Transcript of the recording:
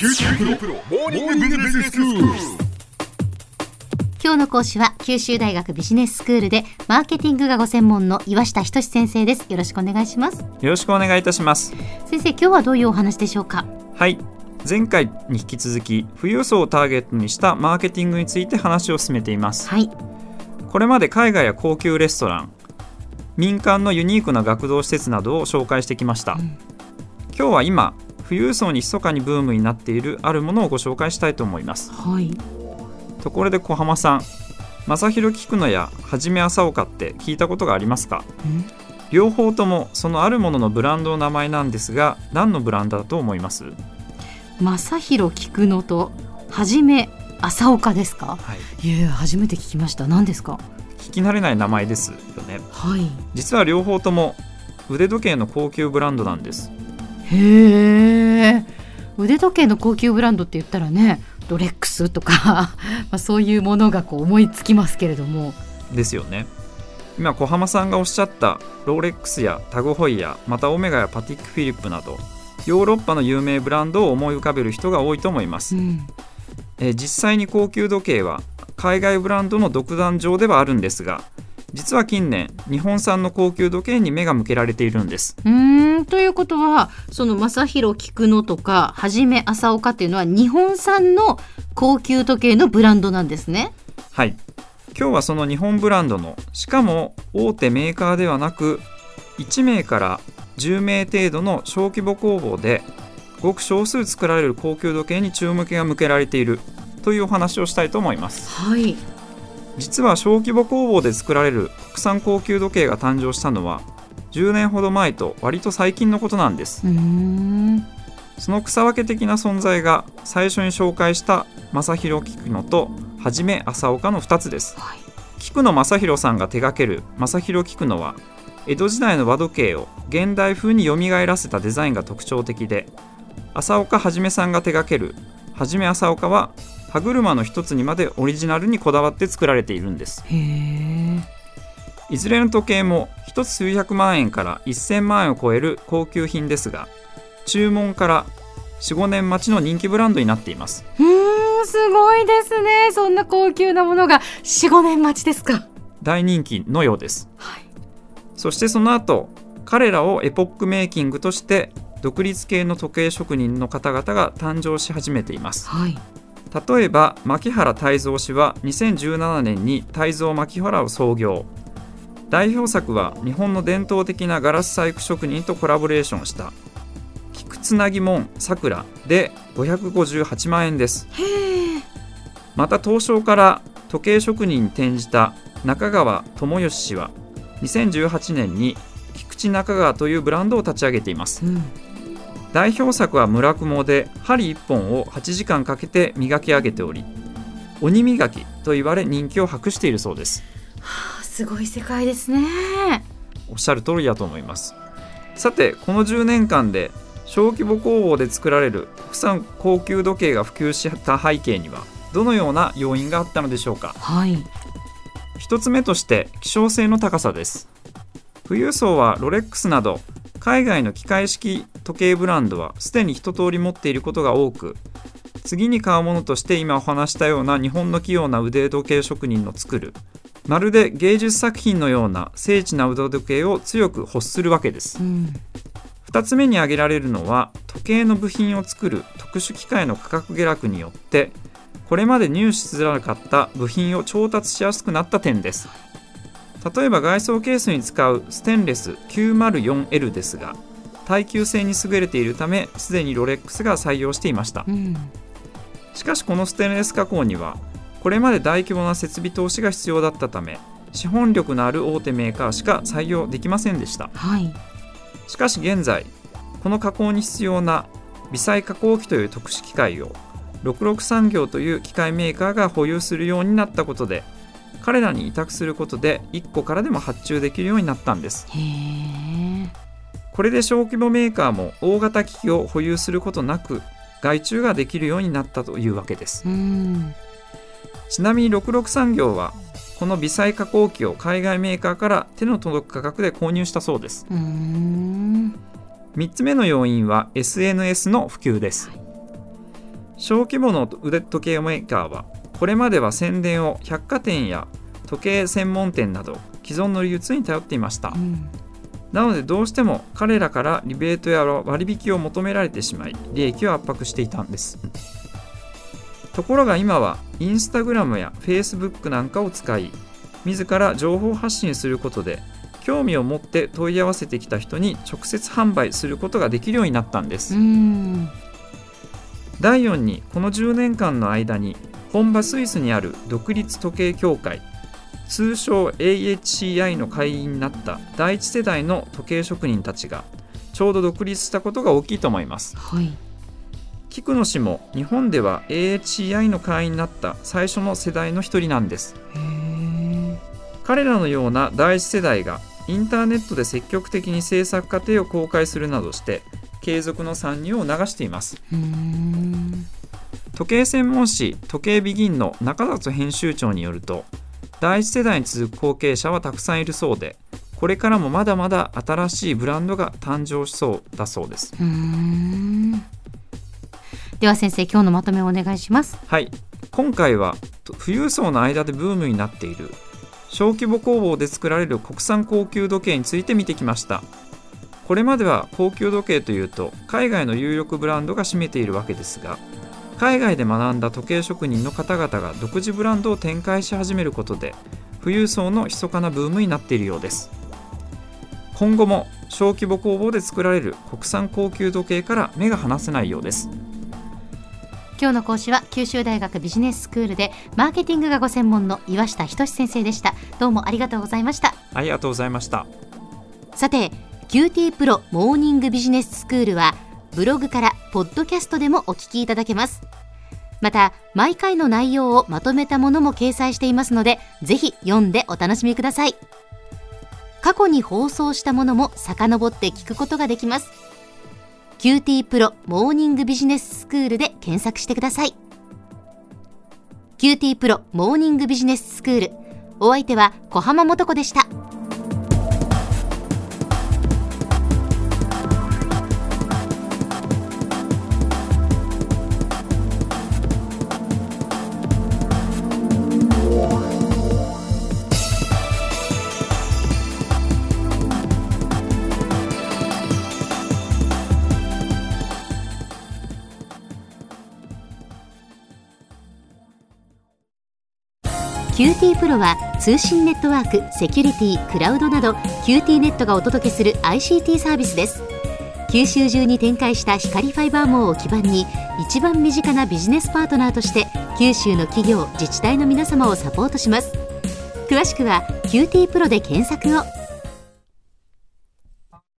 九州大学モーニングビジネススクール。 今日の講師は九州大学ビジネススクールでマーケティングがご専門の岩下仁先生です。よろしくお願いします。 よろしくお願いいたします。 先生、今日はどういうお話でしょうか？ はい、前回に引き続き富裕層をターゲットにしたマーケティングについて話を進めています。 はい、 これまで海外や高級レストラン、民間のユニークな学童施設などを紹介してきました。今日は今富裕層に密かにブームになっているあるものをご紹介したいと思います。 はい、 ところで小浜さん、正弘菊乃やはじめ朝岡って聞いたことがありますか？両方ともそのあるもののブランドの名前なんですが、何のブランドだと思います？ 正弘菊乃とはじめ朝岡ですか？ はい、 いや、初めて聞きました。何ですか？ 聞き慣れない名前ですよね。 はい、 実は両方とも腕時計の高級ブランドなんです。 へー、腕時計の高級ブランドって言ったらね、ロレックスとかそういうものが思いつきますけれども。 ですよね。今小浜さんがおっしゃったロレックスやタグホイヤ、またオメガやパティックフィリップなどヨーロッパの有名ブランドを思い浮かべる人が多いと思います。実際に高級時計は海外ブランドの独壇場ではあるんですが、実は近年日本産の高級時計に目が向けられているんです。 ということは、その正弘菊乃とかはじめ朝岡っていうのは日本産の高級時計のブランドなんですね。 はい、今日はその日本ブランドの、しかも大手メーカーではなく1名から10名程度の小規模工房でごく少数作られる高級時計に注目が向けられているというお話をしたいと思います。 はい、 実は小規模工房で作られる国産高級時計が誕生したのは10年ほど前と割と最近のことなんです。その草分け的な存在が最初に紹介した正弘菊乃とはじめ朝岡の2つです。 はい、 菊乃正弘さんが手掛ける正弘菊乃は江戸時代の和時計を現代風に蘇らせたデザインが特徴的で、朝岡はじめさんが手掛けるはじめ朝岡は歯車の一つにまでオリジナルにこだわって作られているんです。 へー、 いずれの時計も一つ数百万円から1000万円を超える高級品ですが、注文から 4,5 年待ちの人気ブランドになっています。 すごいですね。そんな高級なものが 4,5 年待ちですか？ 大人気のようです。 はい、 そしてその後、彼らをエポックメイキングとして独立系の時計職人の方々が誕生し始めています。 はい、 例えば牧原泰造氏は2017年に泰造牧原を創業。代表作は日本の伝統的なガラス細工職人とコラボレーションした菊つなぎ門桜で558万円です。また東証から時計職人に転じた中川智義氏は2018年に菊池中川というブランドを立ち上げています。代表作は村雲で針1本を8時間かけて磨き上げており、鬼磨きと言われ人気を博しているそうです。 すごい世界ですね。 おっしゃる通りだと思います。さて、この10年間で小規模工房で作られる国産高級時計が普及した背景にはどのような要因があったのでしょうか？ はい、 一つ目として希少性の高さです。富裕層はロレックスなど海外の機械式時計ブランドはすでに一通り持っていることが多く、次に買うものとして今お話したような日本の器用な腕時計職人の作るまるで芸術作品のような精緻な腕時計を強く欲するわけです。2つ目に挙げられるのは時計の部品を作る特殊機械の価格下落によってこれまで入手しづらかった部品を調達しやすくなった点です。例えば外装ケースに使うステンレス 904L ですが、耐久性に優れているためすでにロレックスが採用していました。しかしこのステンレス加工にはこれまで大規模な設備投資が必要だったため、資本力のある大手メーカーしか採用できませんでした。 はい、 しかし現在、この加工に必要な微細加工機という特殊機械を66産業という機械メーカーが保有するようになったことで、彼らに委託することで1個からでも発注できるようになったんです。これで小規模メーカーも大型機器を保有することなく外注ができるようになったというわけです。ちなみに66産業はこの微細加工機を海外メーカーから手の届く価格で購入したそうです。3つ目の要因は SNS の普及です。 小規模の腕時計メーカーはこれまでは宣伝を百貨店や時計専門店など既存の流通に頼っていました、なのでどうしても彼らからリベートや割引を求められてしまい利益を圧迫していたんです。ところが今はインスタグラムやフェイスブックなんかを使い、自ら情報発信することで興味を持って問い合わせてきた人に直接販売することができるようになったんです。第4に、この10年間の間に本場スイスにある独立時計協会、通称 AHCI の会員になった第一世代の時計職人たちがちょうど独立したことが大きいと思います、菊野氏も日本では AHCI の会員になった最初の世代の一人なんです。彼らのような第一世代がインターネットで積極的に制作過程を公開するなどして継続の参入を促しています。時計専門誌時計ビギンの中里編集長によると、第一世代に続く後継者はたくさんいるそうで、これからもまだまだ新しいブランドが誕生しそうだそうです。 では先生、今日のまとめをお願いします。 はい、今回は富裕層の間でブームになっている小規模工房で作られる国産高級時計について見てきました。これまでは高級時計というと海外の有力ブランドが占めているわけですが、海外で学んだ時計職人の方々が独自ブランドを展開し始めることで富裕層の密かなブームになっているようです。今後も小規模工房で作られる国産高級時計から目が離せないようです。 今日の講師は九州大学ビジネススクールでマーケティングがご専門の岩下仁先生でした。どうもありがとうございました。 ありがとうございました。 さて、QT プロモーニングビジネススクールはブログからポッドキャストでもお聞きいただけます。また毎回の内容をまとめたものも掲載していますので、ぜひ読んでお楽しみください。過去に放送したものも遡って聞くことができます。QT プロモーニングビジネススクールで検索してください。QT プロモーニングビジネススクール、お相手は小浜もとこでした。QT プロは通信ネットワーク、セキュリティ、クラウドなど QT ネットがお届けする ICT サービスです。九州中に展開した光ファイバー網を基盤に一番身近なビジネスパートナーとして九州の企業、自治体の皆様をサポートします。詳しくは QT プロで検索を。